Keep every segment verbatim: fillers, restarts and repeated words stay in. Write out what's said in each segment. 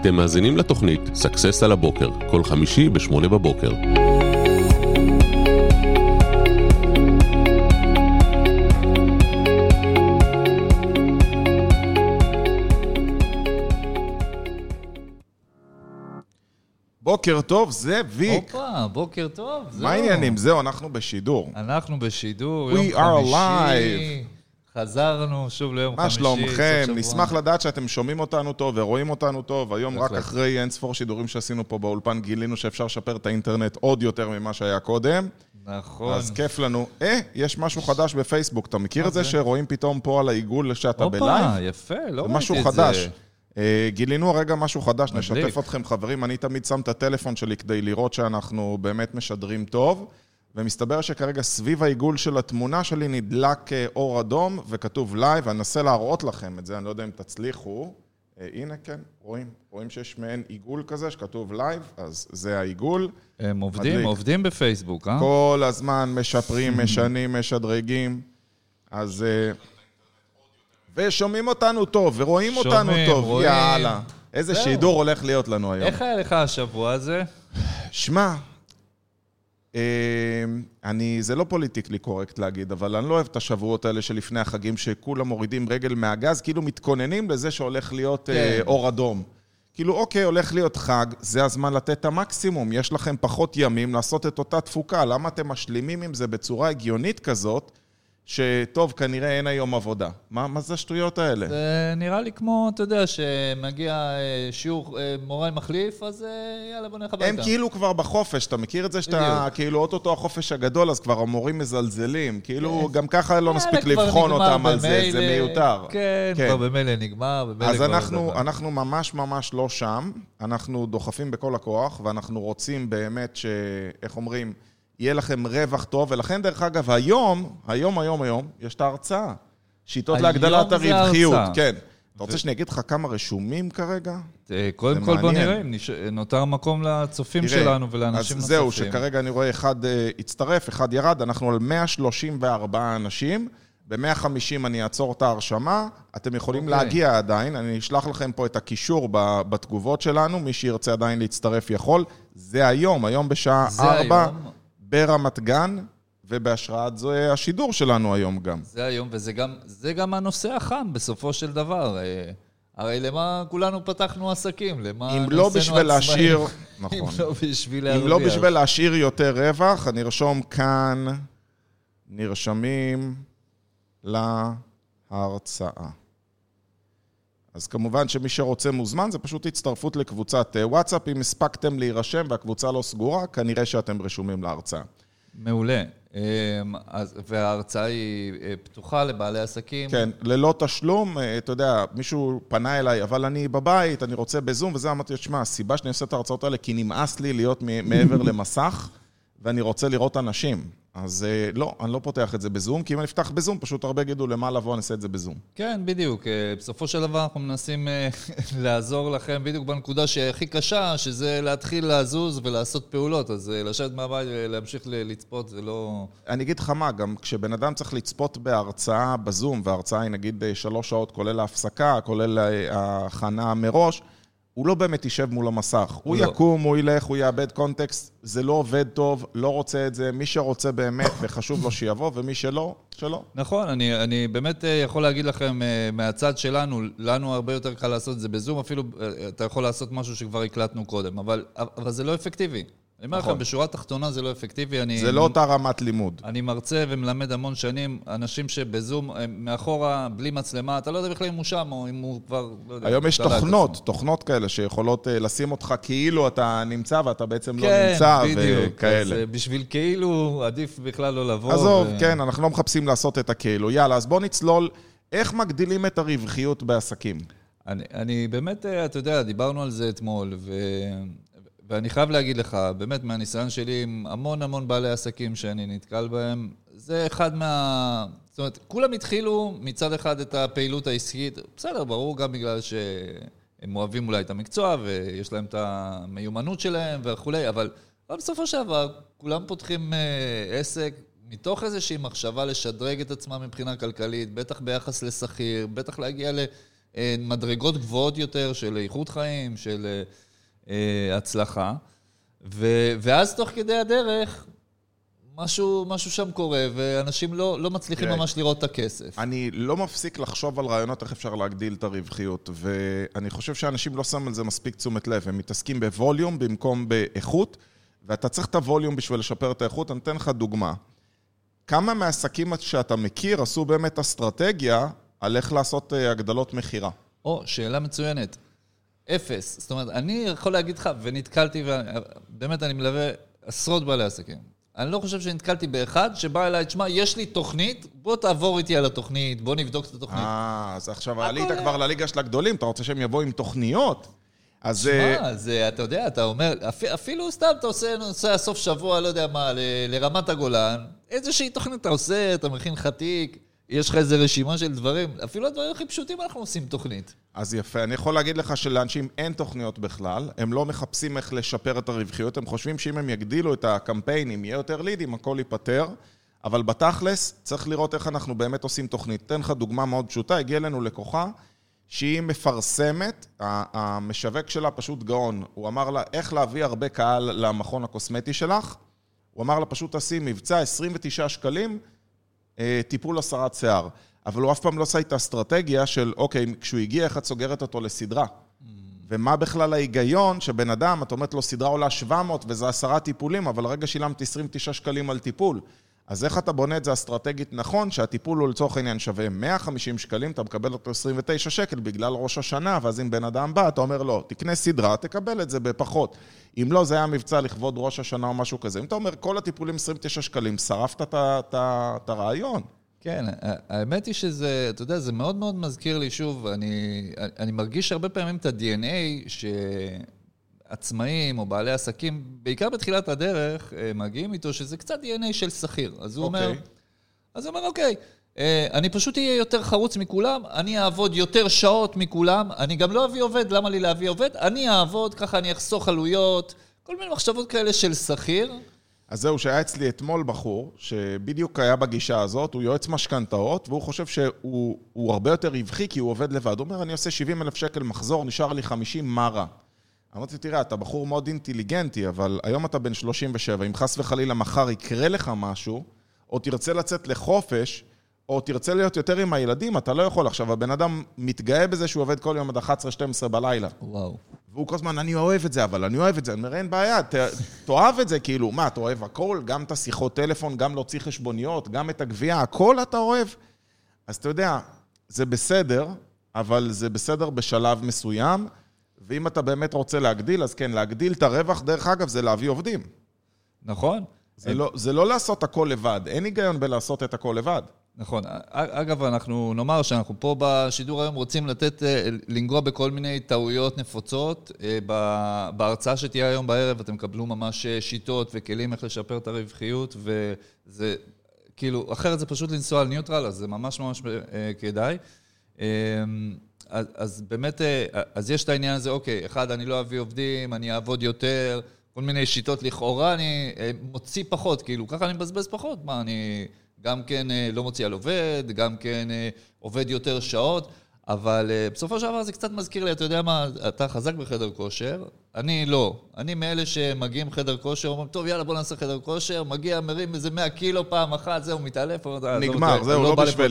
אתם מאזינים לתוכנית סאקסס על הבוקר, כל חמישי בשמונה בבוקר. בוקר טוב, זה ויק. אופה, בוקר טוב. מה העניינים? זהו, אנחנו בשידור. אנחנו בשידור, We יום are חמישי. חזרנו שוב ליום מה חמישי. שלומכם? נשמח לדעת שאתם שומעים אותנו טוב ורואים אותנו טוב. היום רק אחרי אין ספור שידורים שעשינו פה באולפן, גילינו שאפשר לשפר את האינטרנט עוד יותר ממה שהיה קודם. נכון. אז כיף לנו. אה, יש משהו חדש בפייסבוק. אתה מכיר את זה שרואים פתאום פה על העיגול שאתה בלייב? אופה, יפה, לא ראיתי משהו את חדש. זה. גילינו הרגע משהו חדש, נשתף אתכם חברים, אני תמיד שם את הטלפון שלי כדי לראות שאנחנו באמת משדרים טוב, ומסתבר שכרגע סביב העיגול של התמונה שלי נדלק אור אדום, וכתוב לייב, אני אנסה להראות לכם את זה, אני לא יודע אם תצליחו, הנה כן, רואים, רואים שיש מעין עיגול כזה שכתוב לייב, אז זה העיגול. הם עובדים, עובדים בפייסבוק, אה? כל הזמן משפרים, משנים, משדרגים, אז... ושומעים אותנו טוב, ורואים שומעים, אותנו טוב, רואים. יאללה. איזה זהו. שידור הולך להיות לנו היום. איך היה לך השבוע הזה? שמע, אה, אני, זה לא פוליטיקלי קורקט להגיד, אבל אני לא אוהב את השבועות האלה שלפני החגים, שכולם מורידים רגל מהגז, כאילו מתכוננים לזה שהולך להיות כן. אה, אור אדום. כאילו, אוקיי, הולך להיות חג, זה הזמן לתת את המקסימום, יש לכם פחות ימים לעשות את אותה תפוקה, למה אתם משלימים עם זה בצורה הגיונית כזאת, שטוב, כנראה אין היום עבודה. מה, מה זה השטויות האלה? זה נראה לי כמו, אתה יודע, שמגיע שיעור מורה מחליף, אז יאללה, בוא נלך הביתה. הם כאילו כבר בחופש, אתה מכיר את זה שאתה, כאילו, אוטוטו החופש הגדול, אז כבר המורים מזלזלים. כאילו, גם ככה לא נספיק לבחון אותם על זה, זה מיותר. כן, כבר במילא נגמר. אז אנחנו ממש ממש לא שם, אנחנו דוחפים בכל הכוח, ואנחנו רוצים באמת ש, איך אומרים, יהיה לכם רווח טוב, ולכן דרך אגב, היום, היום, היום, היום, יש את ההרצאה. שיטות להגדלת הרווחיות. כן. אתה רוצה שאני אגיד לך כמה רשומים כרגע? קודם כל בוא נראה, נותר מקום לצופים שלנו ולאנשים נוספים. זהו, שכרגע אני רואה אחד הצטרף, אחד ירד, אנחנו על מאה שלושים וארבעה אנשים, ב-מאה וחמישים אני אעצור את ההרשמה, אתם יכולים להגיע עדיין, אני אשלח לכם פה את הקישור בתגובות שלנו, מי שירצה עדיין להצטרף יכול, זה היום, היום בשעה ארבע. ברמת גן, ובהשראת זה השידור שלנו היום גם. זה היום, וזה גם, זה גם הנושא החם בסופו של דבר. הרי למה כולנו פתחנו עסקים? למה אם לא בשביל להשאיר, נכון. אם לא בשביל להרוויח. אם לא בשביל להשאיר יותר רווח, נרשום כאן, נרשמים להרצאה. אז כמובן שמי שרוצה מוזמן, זה פשוט הצטרפות לקבוצת וואטסאפ, אם הספקתם להירשם והקבוצה לא סגורה, כנראה שאתם רשומים להרצאה. מעולה. וההרצאה היא פתוחה לבעלי עסקים? כן, ללא תשלום, אתה יודע, מישהו פנה אליי, אבל אני בבית, אני רוצה בזום, וזה אמרתי, תשמע, הסיבה שאני עושה את ההרצאות האלה, כי נמאס לי להיות מעבר למסך, ואני רוצה לראות אנשים. אז לא, אני לא פותח את זה בזום, כי אם אני אפתח בזום, פשוט הרבה גידו למה לבוא, אני אעשה את זה בזום. כן, בדיוק. בסופו של דבר אנחנו מנסים לעזור לכם בדיוק בנקודה שהכי קשה, שזה להתחיל להזוז ולעשות פעולות. אז לשבת מהבית ולהמשיך לצפות, זה לא... אני אגיד לך מה, גם כשבן אדם צריך לצפות בהרצאה בזום, וההרצאה היא נגיד שלוש שעות, כולל ההפסקה, כולל ההכנה מראש, הוא לא באמת יישב מול המסך. הוא לא. יקום, הוא ילך, הוא יאבד קונטקסט, זה לא עובד טוב, לא רוצה את זה. מי שרוצה באמת וחשוב לו שיבוא, ומי שלא, שלא. נכון, אני, אני באמת יכול להגיד לכם מהצד שלנו, לנו הרבה יותר קל לעשות את זה בזום, אפילו אתה יכול לעשות משהו שכבר הקלטנו קודם, אבל, אבל זה לא אפקטיבי. אני אומר לכם, בשורה התחתונה זה לא אפקטיבי. אני, זה לא אותה רמת לימוד. אני מרצה ומלמד המון שנים, אנשים שבזום, מאחורה, בלי מצלמה, אתה לא יודע בכלל אם הוא שם, או אם הוא כבר... לא יודע, היום יש תוכנות, תוכנות כאלה שיכולות לשים אותך כאילו אתה נמצא, ואתה בעצם כן, לא נמצא, בדיוק, וכאלה. אז בשביל כאילו, עדיף בכלל לא לבוא. עזוב, ו... כן, אנחנו לא מחפשים לעשות את הכאילו. יאללה, אז בוא נצלול, איך מגדילים את הרווחיות בעסקים? אני, אני באמת, אתה יודע, דיברנו על זה אתמול, ו... ואני חייב להגיד לך, באמת מהניסיון שלי עם המון המון בעלי עסקים שאני נתקל בהם, זה אחד מה... זאת אומרת, כולם התחילו מצד אחד את הפעילות העסקית, בסדר, ברור גם בגלל שהם אוהבים אולי את המקצוע, ויש להם את המיומנות שלהם וכו', אבל בסופו של דבר, כולם פותחים עסק מתוך איזושהי מחשבה לשדרג את עצמם מבחינה כלכלית, בטח ביחס לשכיר, בטח להגיע ל... מדרגות גבוהות יותר של איכות חיים, של הצלחה, ואז תוך כדי הדרך, משהו, משהו שם קורה, ואנשים לא, לא מצליחים ממש לראות את הכסף. אני לא מפסיק לחשוב על רעיונות איך אפשר להגדיל את הרווחיות, ואני חושב שאנשים לא שמים על זה מספיק תשומת לב, הם מתעסקים בווליום במקום באיכות, ואתה צריך את הווליום בשביל לשפר את האיכות. אני אתן לך דוגמה. כמה מהעסקים שאתה מכיר עשו באמת אסטרטגיה על איך לעשות הגדלות מחירה? או, שאלה מצוינת. אפס. זאת אומרת, אני יכול להגיד לך, ונתקלתי, ובאמת אני מלווה עשרות בעלי עסקים. אני לא חושב שנתקלתי באחד שבא אליי, תשמע, יש לי תוכנית, בוא תעבור איתי על התוכנית, בוא נבדוק את התוכנית. אה, אז עכשיו עלית כבר לליגה של הגדולים, אתה רוצה שהם יבואו עם תוכניות? אז... תשמע, זה, אתה יודע, אתה אומר, אפילו סתם אתה עושה, נוסע סוף שבוע, לא יודע מה, ל, לרמת הגולן, איזושהי תוכנית אתה עושה, אתה מכין חתיק, יש לך איזו רשימה של דברים, אפילו הדברים הכי פשוטים אנחנו עושים תוכנית. אז יפה, אני יכול להגיד לך שלאנשים אין תוכניות בכלל, הם לא מחפשים איך לשפר את הרווחיות, הם חושבים שאם הם יגדילו את הקמפיינים, יהיה יותר לידים, הכל ייפטר, אבל בתכלס צריך לראות איך אנחנו באמת עושים תוכנית. תן לך דוגמה מאוד פשוטה, הגיע לנו לקוחה שהיא מפרסמת, המשווק שלה פשוט גאון, הוא אמר לה איך להביא הרבה קהל למכון הקוסמטי שלך, הוא אמר לה פשוט תעשי מבצע עשרים ותשעה שקלים, טיפול הסרת שיער. אבל הוא אף פעם לא עושה את האסטרטגיה של, אוקיי, כשהוא הגיע, איך את סוגרת אותו לסדרה? Mm. ומה בכלל ההיגיון שבן אדם, את אומרת לו, סדרה עולה שבע מאות, וזה עשרה טיפולים, אבל רגע שילמת עשרים ותשעה שקלים על טיפול. אז איך אתה בונה את זה אסטרטגית נכון, שהטיפול הוא לצורך העניין שווה מאה וחמישים שקלים, אתה מקבל אותו עשרים ותשעה שקל בגלל ראש השנה, ואז אם בן אדם בא, אתה אומר לו, תקנה סדרה, תקבל את זה בפחות. אם לא, זה היה מבצע לכבוד ראש השנה או משהו כזה. אם אתה אומר, כל הטיפולים עשרים ותשעה שקלים, שרפת את הרעיון. כן, האמת היא שזה, אתה יודע, זה מאוד מאוד מזכיר לי, שוב, אני, אני מרגיש הרבה פעמים את ה-די אן איי שעצמאים או בעלי עסקים, בעיקר בתחילת הדרך, מגיעים איתו שזה קצת די אן איי של שכיר. אז הוא אומר, אז הוא אומר, אוקיי, אני פשוט אהיה יותר חרוץ מכולם, אני אעבוד יותר שעות מכולם, אני גם לא אביא עובד, למה לי להביא עובד? אני אעבוד, ככה אני אחסוך עלויות, כל מיני מחשבות כאלה של שכיר. אז זהו, שהיה אצלי אתמול בחור, שבדיוק היה בגישה הזאת, הוא יועץ משכנתאות, והוא חושב שהוא הרבה יותר רווחי, כי הוא עובד לבד. הוא אומר, אני עושה שבעים אלף שקל מחזור, נשאר לי חמישים, מה רע? אמרתי, תראה, אתה בחור מאוד אינטליגנטי, אבל היום אתה בן שלושים ושבע, אם חס וחלילה מחר יקרה לך משהו, או תרצה לצאת לחופש, או תרצה להיות יותר עם הילדים, אתה לא יכול. עכשיו, הבן אדם מתגאה בזה שהוא עובד כל יום עד אחת עשרה שתים עשרה בלילה. וואו. והוא כל הזמן, אני אוהב את זה, אבל אני אוהב את זה. אני אומר, אין בעיה, תאהב את זה, כאילו, מה, אתה אוהב הכל? גם את השיחות טלפון, גם להוציא חשבוניות, גם את הגבייה, הכל אתה אוהב. אז אתה יודע, זה בסדר, אבל זה בסדר בשלב מסוים, ואם אתה באמת רוצה להגדיל, אז כן, להגדיל את הרווח, דרך אגב, זה להביא עובדים. נכון. זה לא, זה לא לעשות הכל לבד, אין היגיון בלעשות את הכל לבד. נכון. אגב, אנחנו נאמר שאנחנו פה בשידור היום רוצים לתת, לנגוע בכל מיני טעויות נפוצות. בהרצאה שתהיה היום בערב, אתם קבלו ממש שיטות וכלים איך לשפר את הרווחיות, וזה, כאילו, אחרת זה פשוט לנסוע על ניוטרל, אז זה ממש ממש כדאי. אז, אז באמת, אז יש את העניין הזה, אוקיי, אחד, אני לא אביא עובדים, אני אעבוד יותר, כל מיני שיטות לכאורה, אני מוציא פחות, כאילו, ככה אני מבזבז פחות, מה, אני גם כן לא מוציא על עובד, גם כן עובד יותר שעות, אבל בסופו של דבר זה קצת מזכיר לי, אתה יודע מה, אתה חזק בחדר כושר, אני לא. אני מאלה שמגיעים חדר כושר, אומרים, טוב, יאללה, בוא נעשה חדר כושר, מגיע, מרים איזה מאה קילו פעם אחת, זהו, מתעלף, נגמר, זהו, לא בשבילי.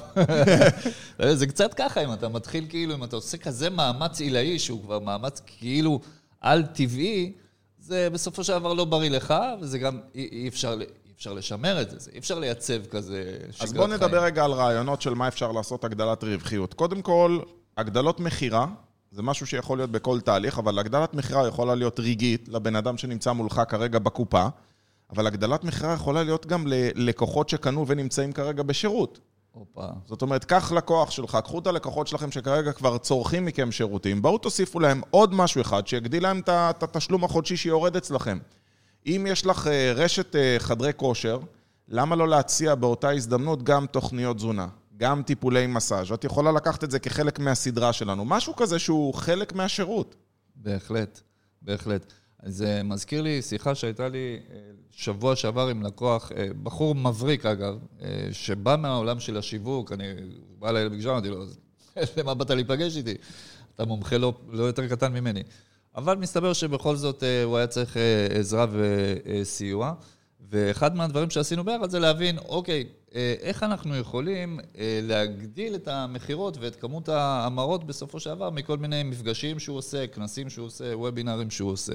זה קצת ככה, אם אתה מתחיל כאילו, אם אתה עושה כזה מאמץ עילאי, שהוא כבר מאמץ כאילו על טבעי, זה בסופו של דבר לא בריא לך, וזה גם אי אפשר... אפשר לשמר את זה, אי אפשר לייצב כזה שגרת חיים. אז בוא נדבר רגע על רעיונות של מה אפשר לעשות הגדלת רווחיות. קודם כל, הגדלות מחירה, זה משהו שיכול להיות בכל תהליך, אבל הגדלת מחירה יכולה להיות רגעית לבן אדם שנמצא מולך כרגע בקופה, אבל הגדלת מחירה יכולה להיות גם ללקוחות שקנו ונמצאים כרגע בשירות. אופה. זאת אומרת, קח לקוח שלך, קחו את הלקוחות שלכם שכרגע כבר צורכים מכם שירותים, בואו תוסיפו להם עוד משהו אחד שיגדיל להם את התשלום החודשי שיורד אצלכם. אם יש לך רשת חדרי כושר, למה לא להציע באותה הזדמנות גם תוכניות תזונה, גם טיפולי מסאז'? את יכולה לקחת את זה כחלק מהסדרה שלנו, משהו כזה שהוא חלק מהשירות. בהחלט, בהחלט. זה מזכיר לי שיחה שהייתה לי שבוע שעבר עם לקוח, בחור מבריק אגב, שבא מהעולם של השיווק, אני בא אליי לפגישה, אמרתי לו, למה באת להיפגש איתי? אתה מומחה לא, לא יותר קטן ממני. אבל מסתבר שבכל זאת הוא היה צריך עזרה וסיוע, ואחד מהדברים שעשינו ביחד זה להבין, אוקיי, איך אנחנו יכולים להגדיל את המחירות ואת כמות האמרות בסופו של דבר מכל מיני מפגשים שהוא עושה, כנסים שהוא עושה, וובינרים שהוא עושה.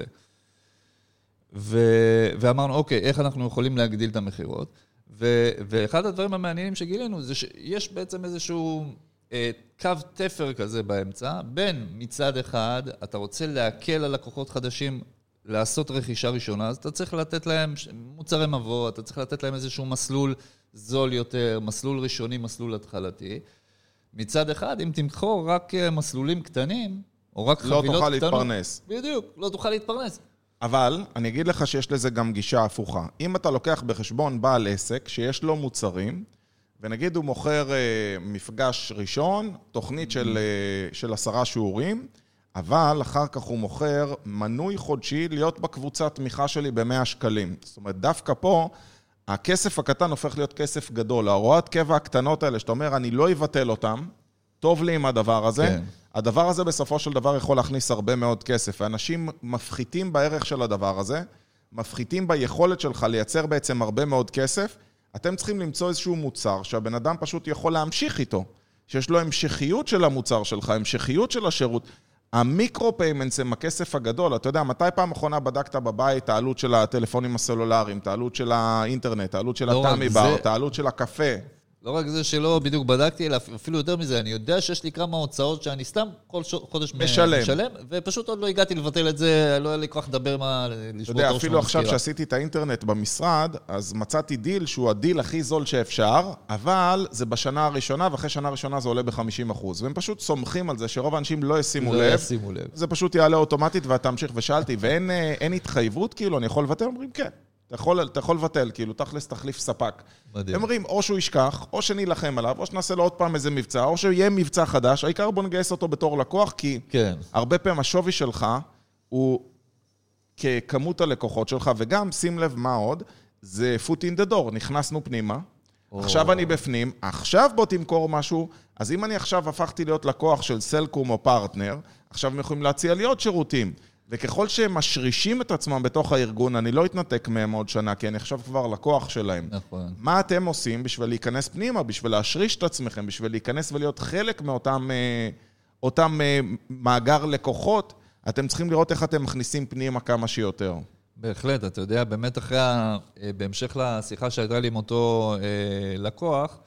ו... ואמרנו, אוקיי, איך אנחנו יכולים להגדיל את המחירות? ו... ואחד הדברים המעניינים שגילינו זה שיש בעצם איזשהו אה, קו תפר כזה באמצע, בין מצד אחד, אתה רוצה להקל על לקוחות חדשים לעשות רכישה ראשונה, אז אתה צריך לתת להם מוצרי מבוא, אתה צריך לתת להם איזשהו מסלול זול יותר, מסלול ראשוני, מסלול התחלתי. מצד אחד, אם תמכור רק מסלולים קטנים, או רק חבילות קטנות, לא תוכל להתפרנס. בדיוק, לא תוכל להתפרנס. אבל אני אגיד לך שיש לזה גם גישה הפוכה. אם אתה לוקח בחשבון בעל עסק שיש לו מוצרים, ונגיד הוא מוכר אה, מפגש ראשון, תוכנית של, אה, של עשרה שיעורים, אבל אחר כך הוא מוכר מנוי חודשי להיות בקבוצת תמיכה שלי ב-מאה שקלים. זאת אומרת, דווקא פה, הכסף הקטן הופך להיות כסף גדול. ההוראות קבע הקטנות האלה, שאתה אומר, אני לא אבטל אותם, טוב לי עם הדבר הזה. כן. הדבר הזה בסופו של דבר יכול להכניס הרבה מאוד כסף. ואנשים מפחיתים בערך של הדבר הזה, מפחיתים ביכולת שלך לייצר בעצם הרבה מאוד כסף. אתם צריכים למצוא איזשהו מוצר שהבן אדם פשוט יכול להמשיך איתו, שיש לו המשכיות של המוצר שלך, המשכיות של השירות. המיקרו-פיימנטס הם הכסף הגדול. אתה יודע, מתי פעם אחרונה בדקת בבית העלות של הטלפונים הסלולריים, את העלות של האינטרנט, העלות של הטאמי בר, את העלות של הקפה? לא רק זה שלא בדיוק בדקתי, אלא אפילו יותר מזה, אני יודע שיש לי כמה הוצאות שאני סתם כל חודש משלם, משלם ופשוט עוד לא הגעתי לבטל את זה, לא היה לי כוח לדבר מה, לשבור את הראש. אתה יודע, אפילו עכשיו שעשיתי את האינטרנט במשרד, אז מצאתי דיל שהוא הדיל הכי זול שאפשר, אבל זה בשנה הראשונה, ואחרי שנה הראשונה זה עולה ב-חמישים אחוז, והם פשוט סומכים על זה שרוב האנשים לא ישימו לא לב, ישימו לב. זה פשוט יעלה אוטומטית ואתה תמשיך ושאלתי, ואין אין התחייבות, כאילו, אני יכול לבטל? אומרים, כן. אתה יכול, אתה יכול לבטל, כאילו, תכלס תחליף ספק. מדהים. הם אומרים, או שהוא ישכח, או שנילחם עליו, או שנעשה לו עוד פעם איזה מבצע, או שיהיה מבצע חדש, העיקר בוא נגייס אותו בתור לקוח, כי כן. הרבה פעמים השווי שלך הוא ככמות הלקוחות שלך, וגם, שים לב מה עוד, זה foot in the door, נכנסנו פנימה, או... עכשיו אני בפנים, עכשיו בוא תמכור משהו, אז אם אני עכשיו הפכתי להיות לקוח של סלקום או פרטנר, עכשיו הם יכולים להציע לי עוד שירותים, וככל שהם משרישים את עצמם בתוך הארגון, אני לא אתנתק מהם עוד שנה, כי אני עכשיו כבר לקוח שלהם. נכון. מה אתם עושים בשביל להיכנס פנימה, בשביל להשריש את עצמכם, בשביל להיכנס ולהיות חלק מאותם אותם מאגר לקוחות? אתם צריכים לראות איך אתם מכניסים פנימה כמה שיותר. בהחלט, אתה יודע, באמת אחרי, בהמשך לשיחה שהייתה לי עם אותו לקוח,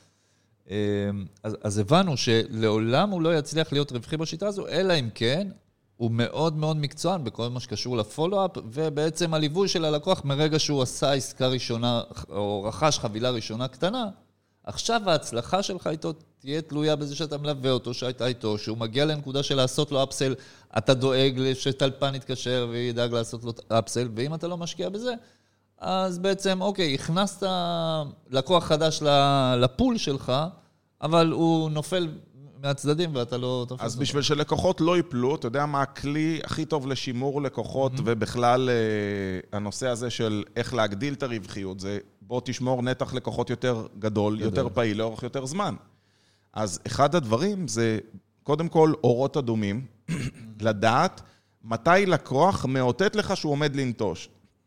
אז, אז הבנו שלעולם הוא לא יצליח להיות רווחי בשיטה הזו, אלא אם כן, הוא מאוד מאוד מקצוען בכל מה שקשור לפולו-אפ, ובעצם הליווי של הלקוח מרגע שהוא עשה עסקה ראשונה, או רכש חבילה ראשונה קטנה, עכשיו ההצלחה שלך איתו תהיה תלויה בזה שאתה מלווה אותו, שהייתה איתו, שהוא מגיע לנקודה של לעשות לו אפסל, אתה דואג שטלפן יתקשר וידאג לעשות לו אפסל, ואם אתה לא משקיע בזה, אז בעצם, אוקיי, הכנסת לקוח חדש לפול שלך, אבל הוא נופל מהצדדים ואתה לא תופס אותו. אז בשביל שלקוחות לא ייפלו, אתה יודע מה הכלי הכי טוב לשימור לקוחות, ובכלל הנושא הזה של איך להגדיל את הרווחיות, זה בוא תשמור נתח לקוחות יותר גדול, יותר פעיל, לאורך יותר זמן. אז אחד הדברים זה, קודם כל, אורות אדומים, לדעת מתי לקוח מאותת לך שהוא עומד לנטוש.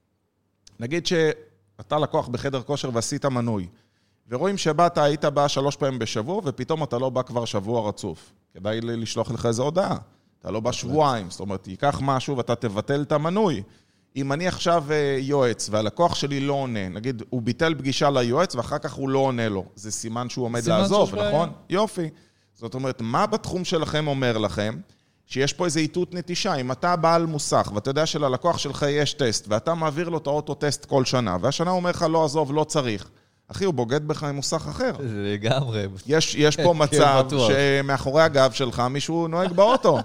נגיד שאתה לקוח בחדר כושר ועשית מנוי, ורואים שבאת, היית בא שלוש פעמים בשבוע, ופתאום אתה לא בא כבר שבוע רצוף. כדאי לשלוח לך איזו הודעה. אתה לא בא שבועיים, זאת אומרת, ייקח משהו ואתה תבטל את המנוי. אם אני עכשיו יועץ, והלקוח שלי לא עונה, נגיד, הוא ביטל פגישה ליועץ, ואחר כך הוא לא עונה לו. זה סימן שהוא עומד לעזוב, נכון? יופי. זאת אומרת, מה בתחום שלכם אומר לכם? שיש פה איזו איתות נטישה. אם אתה בעל מוסך, ואתה יודע שללקוח שלך יש טסט, ואתה מעביר לו את האוטו-טסט כל שנה, והשנה הוא אומר לך, לא עזוב, לא צריך. אחי, הוא בוגד בך עם מוסך אחר. לגמרי. יש, יש פה מצב שמאחורי הגב שלך מישהו נוהג באוטו.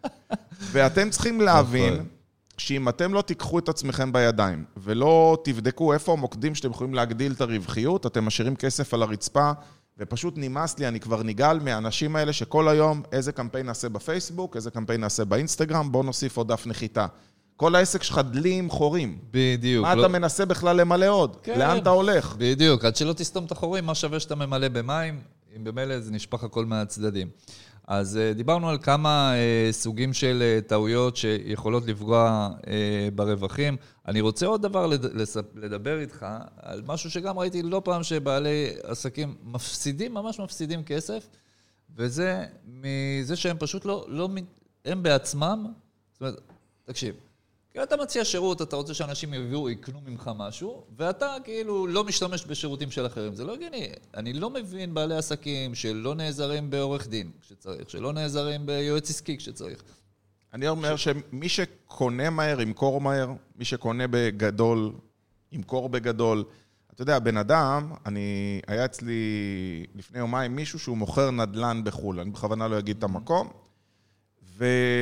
ואתם צריכים להבין שאם אתם לא תיקחו את עצמכם בידיים, ולא תבדקו איפה המוקדים שאתם יכולים להגדיל את הרווחיות, אתם משאירים כסף על הרצפה, ופשוט נמאס לי, אני כבר ניגל מהאנשים האלה שכל היום איזה קמפיין נעשה בפייסבוק, איזה קמפיין נעשה באינסטגרם, בוא נוסיף עוד דף נחיתה. כל העסק שלך דלים חורים. בדיוק. מה לא... אתה מנסה בכלל למלא עוד? כן. לאן אתה הולך? בדיוק. עד שלא תסתום את החורים, מה שווה שאתה ממלא במים? אם במילא זה נשפך הכל מהצדדים. אז דיברנו על כמה סוגים של טעויות שיכולות לפגוע ברווחים. אני רוצה עוד דבר לדבר איתך על משהו שגם ראיתי לא פעם שבעלי עסקים מפסידים, ממש מפסידים כסף, וזה מזה שהם פשוט לא, לא הם בעצמם, זאת אומרת, תקשיב, כי אתה מציע שירות, אתה רוצה שאנשים יביאו, יקנו ממך משהו, ואתה כאילו לא משתמש בשירותים של אחרים. זה לא הגיוני. אני לא מבין בעלי עסקים שלא נעזרים בעורך דין כשצריך, שלא נעזרים ביועץ עסקי כשצריך. אני אומר שמי שקונה מהר, ימכור מהר, מי שקונה בגדול, ימכור בגדול. אתה יודע, בן אדם, אני, היה אצלי לפני יומיים מישהו שהוא מוכר נדלן בחול, אני בכוונה לא אגיד את המקום, ו...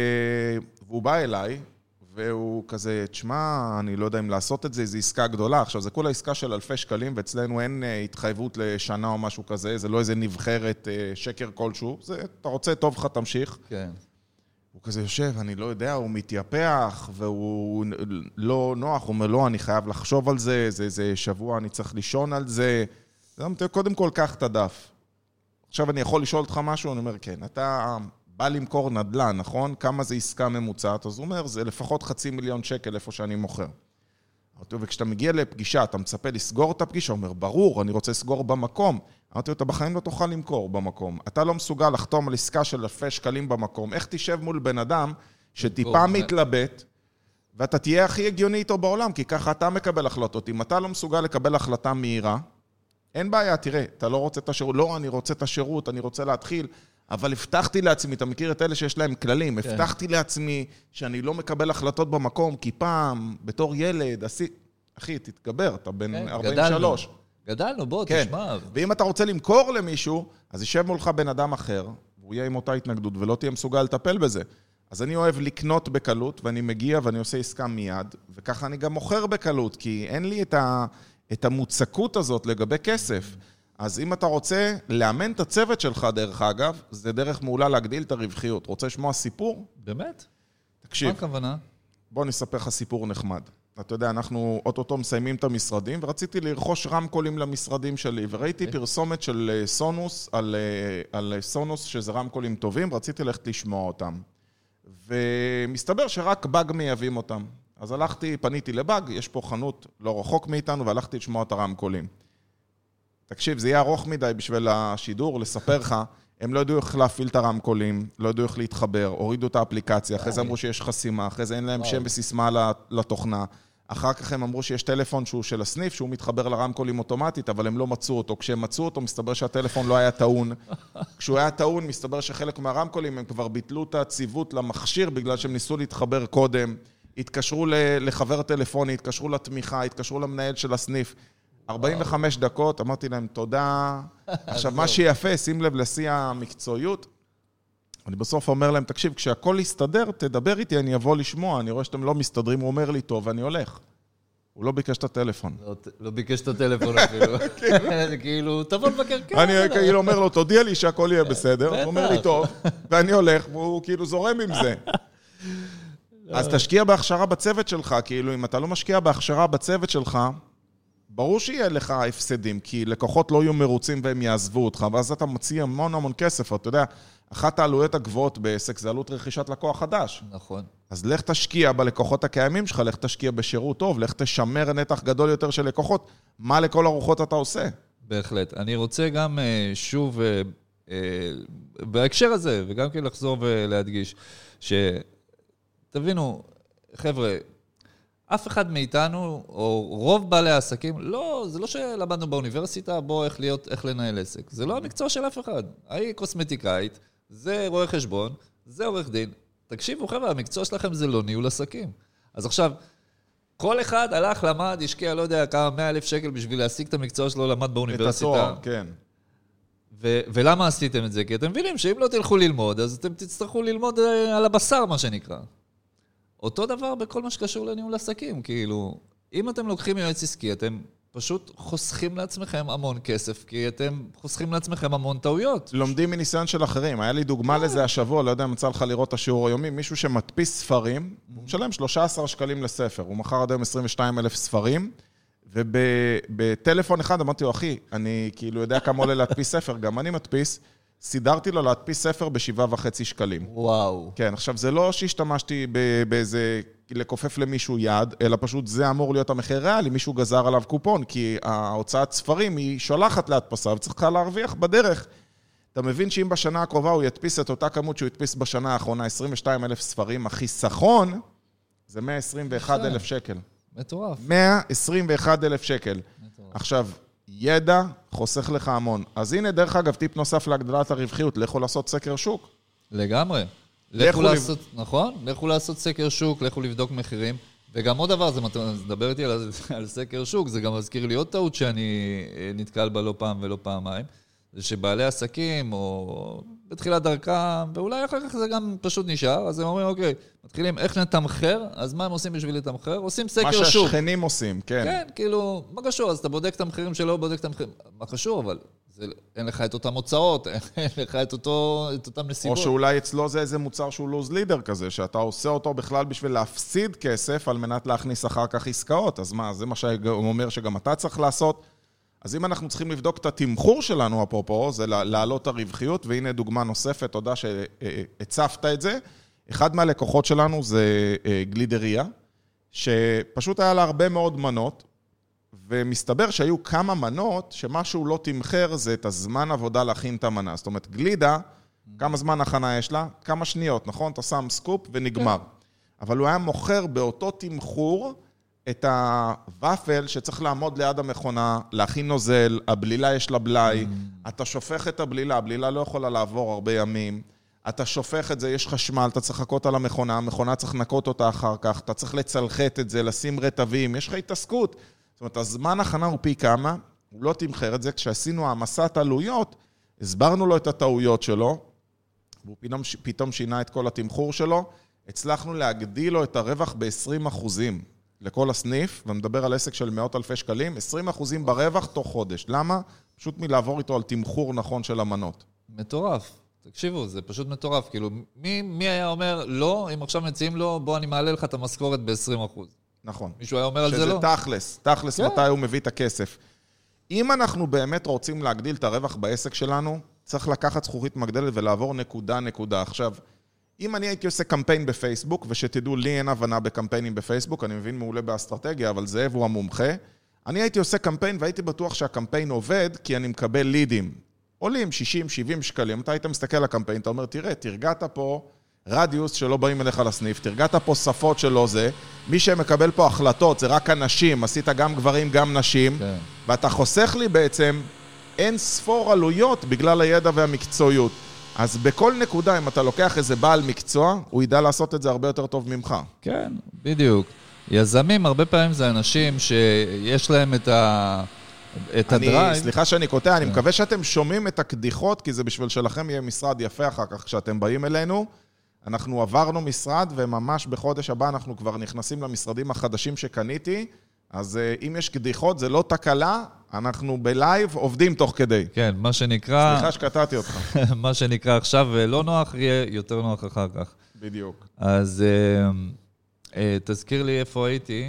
והוא בא אליי, והוא כזה, תשמע, אני לא יודע אם לעשות את זה, זו עסקה גדולה. עכשיו, זה כולה עסקה של אלפי שקלים, ואצלנו אין התחייבות לשנה או משהו כזה, זה לא איזה נבחרת שקר כלשהו, זה, אתה רוצה, טוב לך, תמשיך. כן. הוא כזה יושב, אני לא יודע, הוא מתייפח, והוא לא נוח, הוא אומר, לא, אני חייב לחשוב על זה, זה, זה שבוע, אני צריך לישון על זה. קודם כל, קח את הדף. עכשיו, אני יכול לשאול אותך משהו, אני אומר, כן, אתה בא למכור נדל"ן, נכון? כמה זה עסקה ממוצעת? אז הוא אומר, זה לפחות חצי מיליון שקל איפה שאני מוכר. וכשאתה מגיע לפגישה, אתה מצפה לסגור את הפגישה, הוא אומר, ברור, אני רוצה לסגור במקום. אמרתי, אתה בחיים לא תוכל למכור במקום. אתה לא מסוגל לחתום על עסקה של אלפי שקלים במקום. איך תשב מול בן אדם שטיפה מתלבט, ואתה תהיה הכי הגיוני איתו בעולם, כי ככה אתה מקבל החלטות. אם אתה לא מסוגל לקבל החלטה מהירה, אין בעיה, תראה, אתה לא רוצה את השירות, לא, אני רוצה את השירות, אני רוצה להתחיל, אבל הבטחתי לעצמי, אתה מכיר את אלה שיש להם כללים, כן. הבטחתי לעצמי שאני לא מקבל החלטות במקום, כי פעם, בתור ילד, עשי... אחי, תתגבר, אתה בן כן, ארבעים ושלוש. גדלנו, גדלנו בוא, כן. תשמע. ואם אתה רוצה למכור למישהו, אז יישב מולך בן אדם אחר, והוא יהיה עם אותה התנגדות, ולא תהיה מסוגל לטפל בזה. אז אני אוהב לקנות בקלות, ואני מגיע ואני עושה עסקה מיד, וככה אני גם מוכר בקלות, כי אין לי את, ה... את המוצקות הזאת לגבי כסף. אז אם אתה רוצה לאמן את הצוות שלך, דרך אגב, זה דרך מעולה להגדיל את הרווחיות. רוצה לשמוע סיפור? באמת? תקשיב. מה הכוונה? בוא נספר לך סיפור נחמד. אתה יודע, אנחנו אוטוטו מסיימים את המשרדים, ורציתי לרכוש רמקולים למשרדים שלי, וראיתי פרסומת של סונוס, על, על סונוס שזה רמקולים טובים, רציתי ללכת לשמוע אותם. ומסתבר שרק באג מייבאים אותם. אז הלכתי, פניתי לבאג, יש פה חנות לא רחוק מאיתנו, והלכתי לשמוע את הרמקולים. תקשיב, זה יהיה ארוך מדי בשביל השידור, לספר לך, הם לא ידעו איך להפעיל את הרמקולים, לא ידעו איך להתחבר, הורידו את האפליקציה, אחרי זה אמרו שיש חסימה, אחרי זה אין להם שם וסיסמה לתוכנה, אחר כך הם אמרו שיש טלפון שהוא של הסניף, שהוא מתחבר לרמקולים אוטומטית, אבל הם לא מצאו אותו. כשהם מצאו אותו, מסתבר שהטלפון לא היה טעון. כשהוא היה טעון, מסתבר שחלק מהרמקולים הם כבר ביטלו את הציוות למכשיר, בגלל שהם ניסו להתחבר קודם, התקשרו לחבר טלפוני, התקשרו לתמיכה, התקשרו למנהל של הסניף. ארבעים וחמש דקות, אמרתי להם, תודה. עכשיו, מה שיפה, שים לב לשיא המקצועיות, אני בסוף אומר להם, תקשיב, כשהכל יסתדר, תדבר איתי, אני אבוא לשמוע, אני רואה שאתם לא מסתדרים, הוא אומר לי, טוב, ואני הולך. הוא לא ביקש את הטלפון. לא ביקש את הטלפון אפילו. זה כאילו, תבוא לבקר, כן. אני כאילו אומר לו, תודיע לי שהכל יהיה בסדר, הוא אומר לי, טוב, ואני הולך, והוא כאילו זורם עם זה. אז תשקיע בהכשרה בצוות שלך, כאילו, אם אתה לא משקיע בהכשרה בצוות שלך, ברור שיהיה לך הפסדים, כי לקוחות לא יהיו מרוצים והם יעזבו אותך, ואז אתה מוציא המון המון כסף, אתה יודע, אחת העלויות הגבוהות בעסק זה עלות רכישת לקוח חדש. נכון. אז לך תשקיע בלקוחות הקיימים שלך, לך תשקיע בשירות טוב, לך תשמר נתח גדול יותר של לקוחות, מה לכל הרוחות אתה עושה? בהחלט. אני רוצה גם שוב, בהקשר הזה, וגם כן לחזור ולהדגיש, שתבינו, חבר'ה, אף אחד מאיתנו, או רוב בעלי העסקים, לא, זה לא שלמדנו באוניברסיטה, בוא איך להיות, איך לנהל עסק. זה לא המקצוע של אף אחד. היא קוסמטיקאית, זה רואה חשבון, זה עורך דין. תקשיבו, חבר'ה, המקצוע שלכם זה לא ניהול עסקים. אז עכשיו, כל אחד הלך, למד, השקיע, לא יודע, כמה מאה אלף שקל בשביל להשיג את המקצוע שלו, למד באוניברסיטה. את התואר, כן. ו- ולמה עשיתם את זה? כי אתם מבינים שאם לא תלכו ללמוד, אז אתם תצטרכו ללמוד על הבשר, מה שנקרא. אותו דבר בכל מה שקשור לניהול עסקים, כאילו, אם אתם לוקחים יועץ עסקי, אתם פשוט חוסכים לעצמכם המון כסף, כי אתם חוסכים לעצמכם המון טעויות. לומדים מניסיון של אחרים. היה לי דוגמה לזה השבוע, לא יודע אם יצא לך לראות את השיעור היומי, מישהו שמדפיס ספרים, הוא משלם שלושה עשר שקלים לספר, הוא מכר עד היום עשרים ושניים אלף ספרים, ובטלפון אחד אמרתי לו, אחי, אני כאילו יודע כמה עולה להדפיס ספר, גם אני מדפיס, סידרתי לו להדפיס ספר בשבעה וחצי שקלים. וואו. כן, עכשיו זה לא שהשתמשתי באיזה, לקופף למישהו יד, אלא פשוט זה אמור להיות המחיר ריאלי, מישהו גזר עליו קופון, כי ההוצאת ספרים היא שולחת להדפסה, וצריכה להרוויח בדרך. אתה מבין שאם בשנה הקרובה הוא ידפיס את אותה כמות שהוא ידפיס בשנה האחרונה, עשרים ושתיים אלף ספרים, החיסכון זה מאה עשרים ואחד אלף שקל. מטורף. מאה עשרים ואחד אלף שקל. מטורף. עכשיו, ידע חוסך לך המון. אז הנה, דרך אגב, טיפ נוסף להגדלת הרווחיות, לכו לעשות סקר שוק. לגמרי. לכו לעשות, נכון? לכו לעשות סקר שוק, לכו לבדוק מחירים. וגם עוד דבר, זה מדבר איתי על, על סקר שוק, זה גם מזכיר לי עוד טעות שאני נתקל בה לא פעם ולא פעמיים. זה שבעלי עסקים, או בתחילת דרכם, ואולי אחר כך זה גם פשוט נשאר, אז הם אומרים, אוקיי, מתחילים איך נתמחר, אז מה הם עושים בשביל לתמחר? עושים סקר שוק. מה שהשכנים עושים, כן. כן, כאילו, מה קשור? אז אתה בודק את המחירים שלו, בודק את המחירים. מה קשור? אבל זה, אין לך את אותם הוצאות, אין לך את, אותו, את אותם נסיבות. או שאולי אצלו זה איזה מוצר שהוא לוז לידר כזה, שאתה עושה אותו בכלל בשביל להפסיד כסף, על מנת להכניס אחר כך עסקאות. אז מה, זה מה שהוא אומר שגם אתה צריך לעשות. אז אם אנחנו צריכים לבדוק את התמחור שלנו, אפרופו, זה להעלות הרווחיות, והנה דוגמה נוספת, תודה שהצפת את זה. אחד מהלקוחות שלנו זה גלידריה, שפשוט היה לה הרבה מאוד מנות, ומסתבר שהיו כמה מנות, שמשהו לא תמחר זה את הזמן עבודה להכין את המנה. זאת אומרת, גלידה, כמה זמן הכנה יש לה? כמה שניות, נכון? אתה שם סקופ ונגמר. אבל הוא היה מוכר באותו תמחור, את הוואפל שצריך לעמוד ליד המכונה, להכין נוזל, הבלילה יש לה בלי, mm. אתה שופך את הבלילה, הבלילה לא יכולה לעבור הרבה ימים, אתה שופך את זה, יש חשמל, אתה צריך לחכות על המכונה, המכונה צריך לנקות אותה אחר כך, אתה צריך לצלחת את זה, לשים רטבים, יש לך התעסקות. זאת אומרת, הזמן הכנה הוא פי כמה, הוא לא תמחר את זה, כשעשינו העמסת עלויות, הסברנו לו את הטעויות שלו, והוא פתאום, פתאום שינה את כל התמחור שלו, הצלחנו להגדיל לו את הרווח ב-עשרים אחוזים. לכל הסניף, ומדבר על עסק של מאות אלפי שקלים, עשרים אחוזים ברווח תוך חודש. למה? פשוט מלעבור איתו על תמחור נכון של המנות. מטורף. תקשיבו, זה פשוט מטורף. כאילו, מי, מי היה אומר, לא, אם עכשיו מציעים לו, בוא אני מעלה לך את המשכורת ב-עשרים אחוז. נכון. מישהו היה אומר על זה לא? שזה תכלס, תכלס כן. מתי הוא מביא את הכסף. אם אנחנו באמת רוצים להגדיל את הרווח בעסק שלנו, צריך לקחת זכוכית מגדלת ולעבור נקודה נקודה. עכשיו, אם אני הייתי עושה קמפיין בפייסבוק, ושתדעו לי אין הבנה בקמפיינים בפייסבוק, אני מבין מעולה באסטרטגיה, אבל זאב הוא המומחה, אני הייתי עושה קמפיין והייתי בטוח שהקמפיין עובד, כי אני מקבל לידים. עולים שישים שבעים שקלים, אתה היית מסתכל על הקמפיין, אתה אומר, תראה, תרגעת פה רדיוס שלא באים אליך לסניף, תרגעת פה שפות שלא זה, מי שמקבל פה החלטות זה רק אנשים, עשית גם גברים, גם נשים, כן. ואתה חוסך לי בעצם אין ספור עלויות בגלל הידע והמקצועיות. אז בכל נקודה, אם אתה לוקח איזה בעל מקצוע, הוא ידע לעשות את זה הרבה יותר טוב ממך. כן, בדיוק. יזמים, הרבה פעמים זה אנשים שיש להם את ה... את הדרייב. סליחה שאני קוטע, אני מקווה שאתם שומעים את הקדיחות, כי זה בשביל שלכם יהיה משרד יפה אחר כך כשאתם באים אלינו. אנחנו עברנו משרד, וממש בחודש הבא אנחנו כבר נכנסים למשרדים החדשים שקניתי, אז אם יש קדיחות, זה לא תקלה, אנחנו בלייב עובדים תוך כדי. כן, מה שנקרא... סליחה שקטעתי אותך. מה שנקרא עכשיו לא נוח, יהיה יותר נוח אחר כך. בדיוק. אז תזכיר לי איפה הייתי.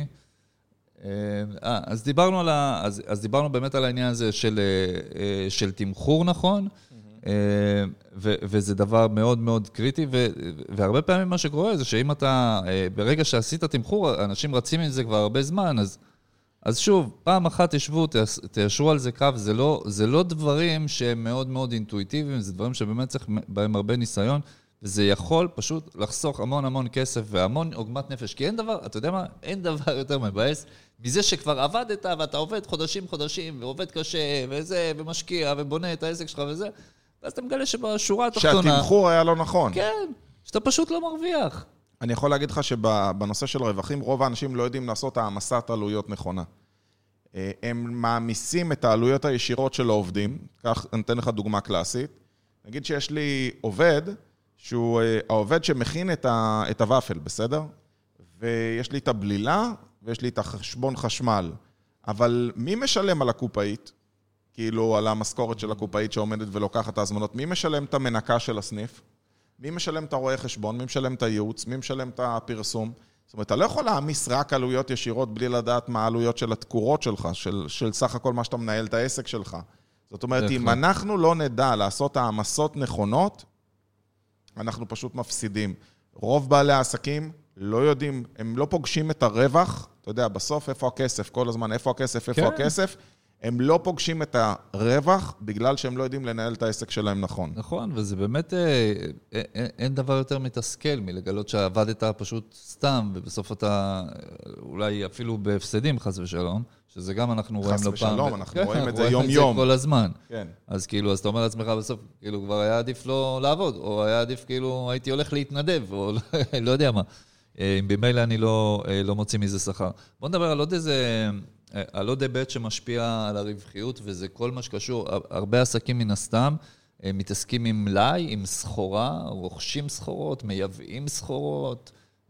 אז דיברנו על ה... אז, אז דיברנו באמת על העניין הזה של, של תמחור נכון, ו, וזה דבר מאוד מאוד קריטי, ו, והרבה פעמים מה שקורה זה שאם אתה, ברגע שעשית תמחור, אנשים רצים עם זה כבר הרבה זמן, אז, אז שוב, פעם אחת תשבו, תיישרו על זה קו, זה לא, זה לא דברים שהם מאוד מאוד אינטואיטיביים, זה דברים שבאמת צריך בהם הרבה ניסיון, וזה יכול פשוט לחסוך המון המון כסף והמון עוגמת נפש, כי אין דבר, אתה יודע מה? אין דבר יותר מבאס, מזה שכבר עבדת ואתה עובד חודשים חודשים, ועובד קשה, וזה, ומשקיע, ובונה את העסק שלך וזה, ואז אתה מגלה שבשורה התחתונה... שהתמחור היה לא נכון. כן, שאתה פשוט לא מרוויח. אני יכול להגיד לך שבנושא של רווחים, רוב האנשים לא יודעים לעשות העמסת עלויות נכונה. הם מעמיסים את העלויות הישירות של העובדים, כך אני אתן לך דוגמה קלאסית. נגיד שיש לי עובד, שהוא העובד שמכין את הוואפל, בסדר? ויש לי את הבלילה, ויש לי את החשבון חשמל. אבל מי משלם על הקופאית? כאילו, על המשכורת של הקופאית שעומדת ולוקחת את ההזמנות. מי משלם את המנקה של הסניף? מי משלם את הרואה חשבון? מי משלם את הייעוץ? מי משלם את הפרסום? זאת אומרת, אתה לא יכול להעמיס רק עלויות ישירות בלי לדעת מה העלויות של התקורות שלך, של, של סך הכל מה שאתה מנהל את העסק שלך. זאת אומרת, אם אנחנו לא נדע לעשות העמסות נכונות, אנחנו פשוט מפסידים. רוב בעלי העסקים לא יודעים, הם לא פוגשים את הרווח, אתה יודע, בסוף איפה הכסף, כל הזמן איפה הכסף, איפה הכסף, הם לא פוגשים את הרווח, בגלל שהם לא יודעים לנהל את העסק שלהם נכון. נכון, וזה באמת, אין דבר יותר מתסכל מלגלות שעבדת פשוט סתם, ובסוף אתה אולי אפילו בהפסדים, חס ושלום, שזה גם אנחנו רואים לא פעם. חס ושלום, אנחנו רואים את זה יום-יום. יום-יום. כל הזמן. כן. אז כאילו, אז אתה אומר לעצמך בסוף, כאילו כבר היה עדיף לא לעבוד, או היה עדיף כאילו הייתי הולך להתנדב, או לא יודע מה. אם במילא אני לא, לא מוציא מזה שכר. בוא נדבר על עוד איזה, על עוד היבט שמשפיע על הרווחיות, וזה כל מה שקשור, הרבה עסקים מן הסתם, מתעסקים עם מלאי, עם סחורה, רוכשים סחורות, מייבאים סחורות,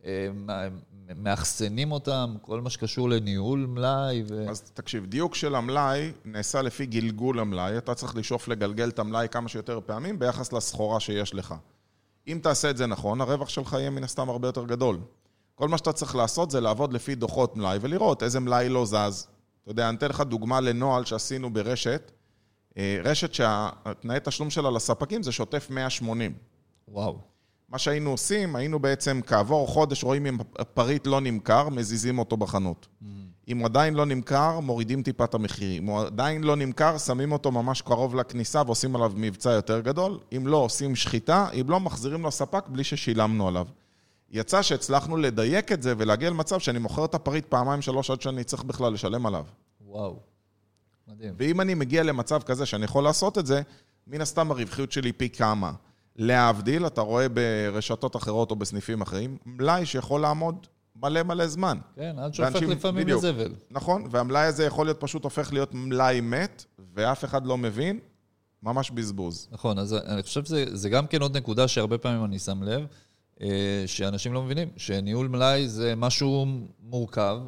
מאחסנים אותם, כל מה שקשור לניהול מלאי. ו... אז תקשיב, דיוק של המלאי נעשה לפי גלגול המלאי, אתה צריך לשאוף לגלגל את המלאי כמה שיותר פעמים ביחס לסחורה שיש לך. אם תעשה את זה נכון, הרווח שלך יהיה מן הסתם הרבה יותר גדול. כל מה שאתה צריך לעשות זה לעבוד לפי דוחות מלאי ולראות איזה מלאי לא זז. אתה יודע, אני אתן לך דוגמה לנוהל שעשינו ברשת, רשת שהתנאי תשלום שלה לספקים זה שוטף מאה ושמונים. וואו. מה שהיינו עושים, היינו בעצם כעבור חודש, רואים אם פריט לא נמכר, מזיזים אותו בחנות. Mm. אם עדיין לא נמכר, מורידים טיפת המחירים. אם עדיין לא נמכר, שמים אותו ממש קרוב לכניסה ועושים עליו מבצע יותר גדול. אם לא, עושים שחיטה, אם לא, מחזירים לספק בלי ששילמנו עליו. יצא שהצלחנו לדייק את זה ולהגיע למצב שאני מוכר את הפריט פעמיים שלוש עד שאני צריך בכלל לשלם עליו. וואו, מדהים. ואם אני מגיע למצב כזה שאני יכול לעשות את זה, מן הסתם הרווחיות שלי פי כמה. להבדיל, אתה רואה ברשתות אחרות או בסניפים אחרים, מלאי שיכול לעמוד מלא מלא זמן. כן, עד שהופך לפעמים לזבל. נכון, והמלאי הזה יכול להיות פשוט הופך להיות מלאי מת, ואף אחד לא מבין, ממש בזבוז. נכון, אז אני חושב שזה גם כן עוד נקודה שהרבה פעמים אני שם לב, שאנשים לא מבינים, שניהול מלאי זה משהו מורכב,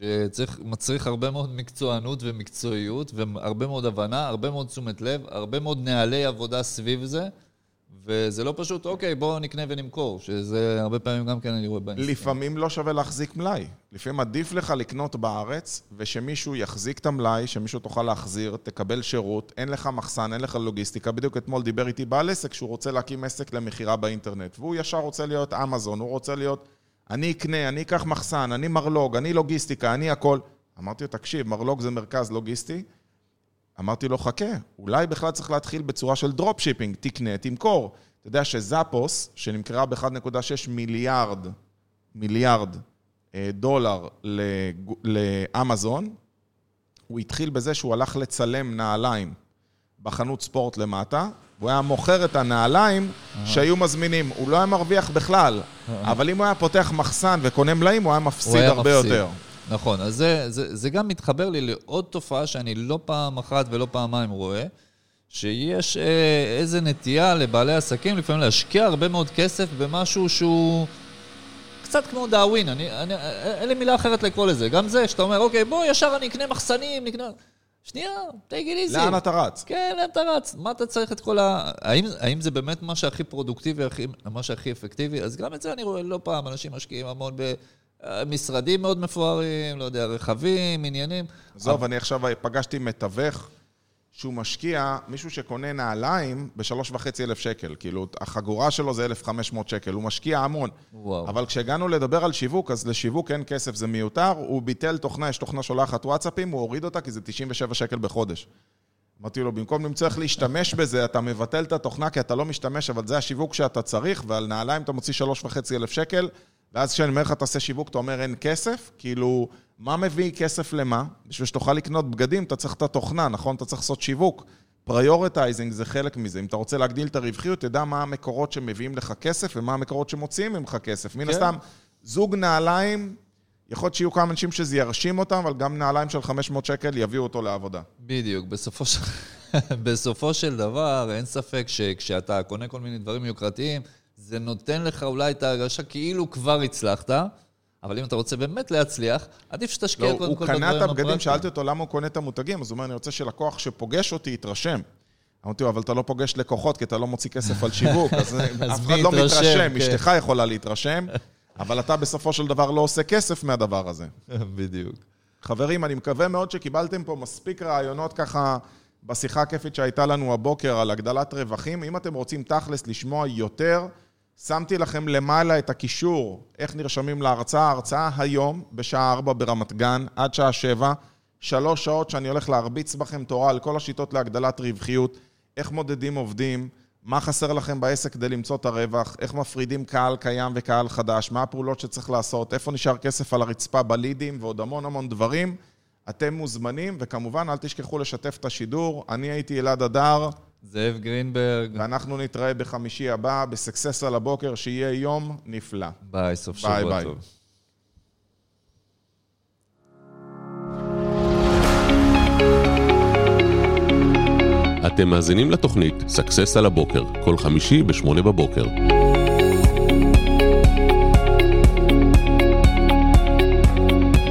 שמצריך הרבה מאוד מקצוענות ומקצועיות, והרבה מאוד הבנה, הרבה מאוד תשומת לב, הרבה מאוד נהלי עבודה סביב זה, וזה לא פשוט, אוקיי, בואו נקנה ונמכור, שזה הרבה פעמים גם כן אני רואה בנסים. לפעמים לא שווה להחזיק מלאי. לפעמים עדיף לך לקנות בארץ, ושמישהו יחזיק את המלאי, שמישהו תוכל להחזיר, תקבל שירות, אין לך מחסן, אין לך לוגיסטיקה. בדיוק אתמול דיבר איתי בעל עסק, שהוא רוצה להקים עסק למחירה באינטרנט, והוא ישר רוצה להיות אמזון, הוא רוצה להיות, אני אקנה, אני אקח מחסן, אני מרלוג, אני לוגיסטיקה, אני הכל. אמרתי לו, תקשיב, מרלוג זה מרכז לוגיסטי, אמרתי לו, חכה, אולי בכלל צריך להתחיל בצורה של דרופ שיפינג, תקנה, תמכור. אתה יודע שזאפוס, שנמכרה ב-אחד נקודה שש מיליארד, מיליארד דולר לאמזון, הוא התחיל בזה שהוא הלך לצלם נעליים בחנות ספורט למטה, והוא היה מוכר את הנעליים שהיו מזמינים. הוא לא היה מרוויח בכלל, אבל אם הוא היה פותח מחסן וקונה מלאים, הוא היה מפסיד הרבה יותר. נכון, אז זה, זה, זה גם מתחבר לי לעוד תופעה שאני לא פעם אחת ולא פעמיים רואה, שיש אה, איזה נטייה לבעלי עסקים לפעמים להשקיע הרבה מאוד כסף במשהו שהוא קצת כמו דאווין, אני, אני, אין לי מילה אחרת לקרוא לזה, גם זה שאתה אומר, אוקיי, בוא ישר אני אקנה מחסנים, נקנה... שנייה, תגיד לי זה. לאן אתה רץ? כן, לאן אתה רץ? מה אתה צריך את כל ה... האם, האם זה באמת מה שהכי פרודוקטיבי, מה שהכי אפקטיבי? אז גם את זה אני רואה לא פעם, אנשים משקיעים המון ב... משרדים מאוד מפוארים, לא יודע, רכבים, עניינים. זוב, אני עכשיו פגשתי מתווך שהוא משקיע, מישהו שקונה נעליים בשלוש וחצי אלף שקל, כאילו החגורה שלו זה אלף וחמש מאות שקל, הוא משקיע המון. וואו. אבל כשהגענו לדבר על שיווק, אז לשיווק אין כסף, זה מיותר, הוא ביטל תוכנה, יש תוכנה שולחת וואטסאפים, הוא הוריד אותה כי זה תשעים ושבע שקל בחודש. אמרתי לו, במקום למצוא איך להשתמש בזה, אתה מבטל את התוכנה כי אתה לא משתמש, אבל זה השיווק שאתה צריך, ועל נעליים אתה מוציא שלוש וחצי אלף שקל, ואז כשאני אומר לך, תעשה שיווק, אתה אומר, אין כסף? כאילו, מה מביא כסף למה? בשביל שתוכל לקנות בגדים, אתה צריך את התוכנה, נכון? אתה צריך לעשות שיווק. פריורטייזינג זה חלק מזה. אם אתה רוצה להגדיל את הרווחיות, תדע מה המקורות שמביאים לך כסף, ומה המקורות שמוציאים ממך כסף. מן הסתם, זוג נעליים, יכול להיות שיהיו כמה אנשים שזה ירשים אותם, אבל גם נעליים של חמש מאות שקל יביאו אותו לעבודה. בדיוק. בסופו של, בסופו של דבר, אין ספק שכשאתה קונה כל מיני דברים יוקרתיים, זה נותן לך אולי את ההרגשה כאילו כבר הצלחת, אבל אם אתה רוצה באמת להצליח, עדיף שתשקיע לא, קודם כל בדברים הפרקטיים. הוא קנה את הבגדים, שאלתי אותו למה הוא קונה את המותגים, אז הוא אומר, אני רוצה שלקוח שפוגש אותי יתרשם. אמרתי לו, אבל אתה לא פוגש לקוחות, כי אתה לא מוציא כסף על שיווק, אז אף אחד לא מתרשם, אשתך יכולה להתרשם, אבל אתה בסופו של דבר לא עושה כסף מהדבר הזה. בדיוק. חברים, אני מקווה מאוד שקיבלתם פה מספיק רעיונות ככה, בשיחה הכיפית שהייתה לנו הבוקר על הגדלת רווחים. אם אתם רוצים תכלס לשמוע יותר, שמתי לכם למעלה את הקישור, איך נרשמים להרצאה. ההרצאה היום בשעה ארבע ברמת גן, עד שעה שבע, שלוש שעות שאני הולך להרביץ בכם תורה על כל השיטות להגדלת רווחיות, איך מודדים עובדים, מה חסר לכם בעסק כדי למצוא את הרווח, איך מפרידים קהל קיים וקהל חדש, מה הפעולות שצריך לעשות, איפה נשאר כסף על הרצפה בלידים ועוד המון המון דברים. אתם מוזמנים, וכמובן אל תשכחו לשתף את השידור. אני הייתי אלעד אדר. זאב גרינברג. ואנחנו נתראה בחמישי הבא בסקסס על הבוקר, שיהיה יום נפלא. ביי, סוף שבוע ביי, טוב. ביי. אתם מאזינים לתוכנית סקסס על הבוקר, כל חמישי בשמונה בבוקר.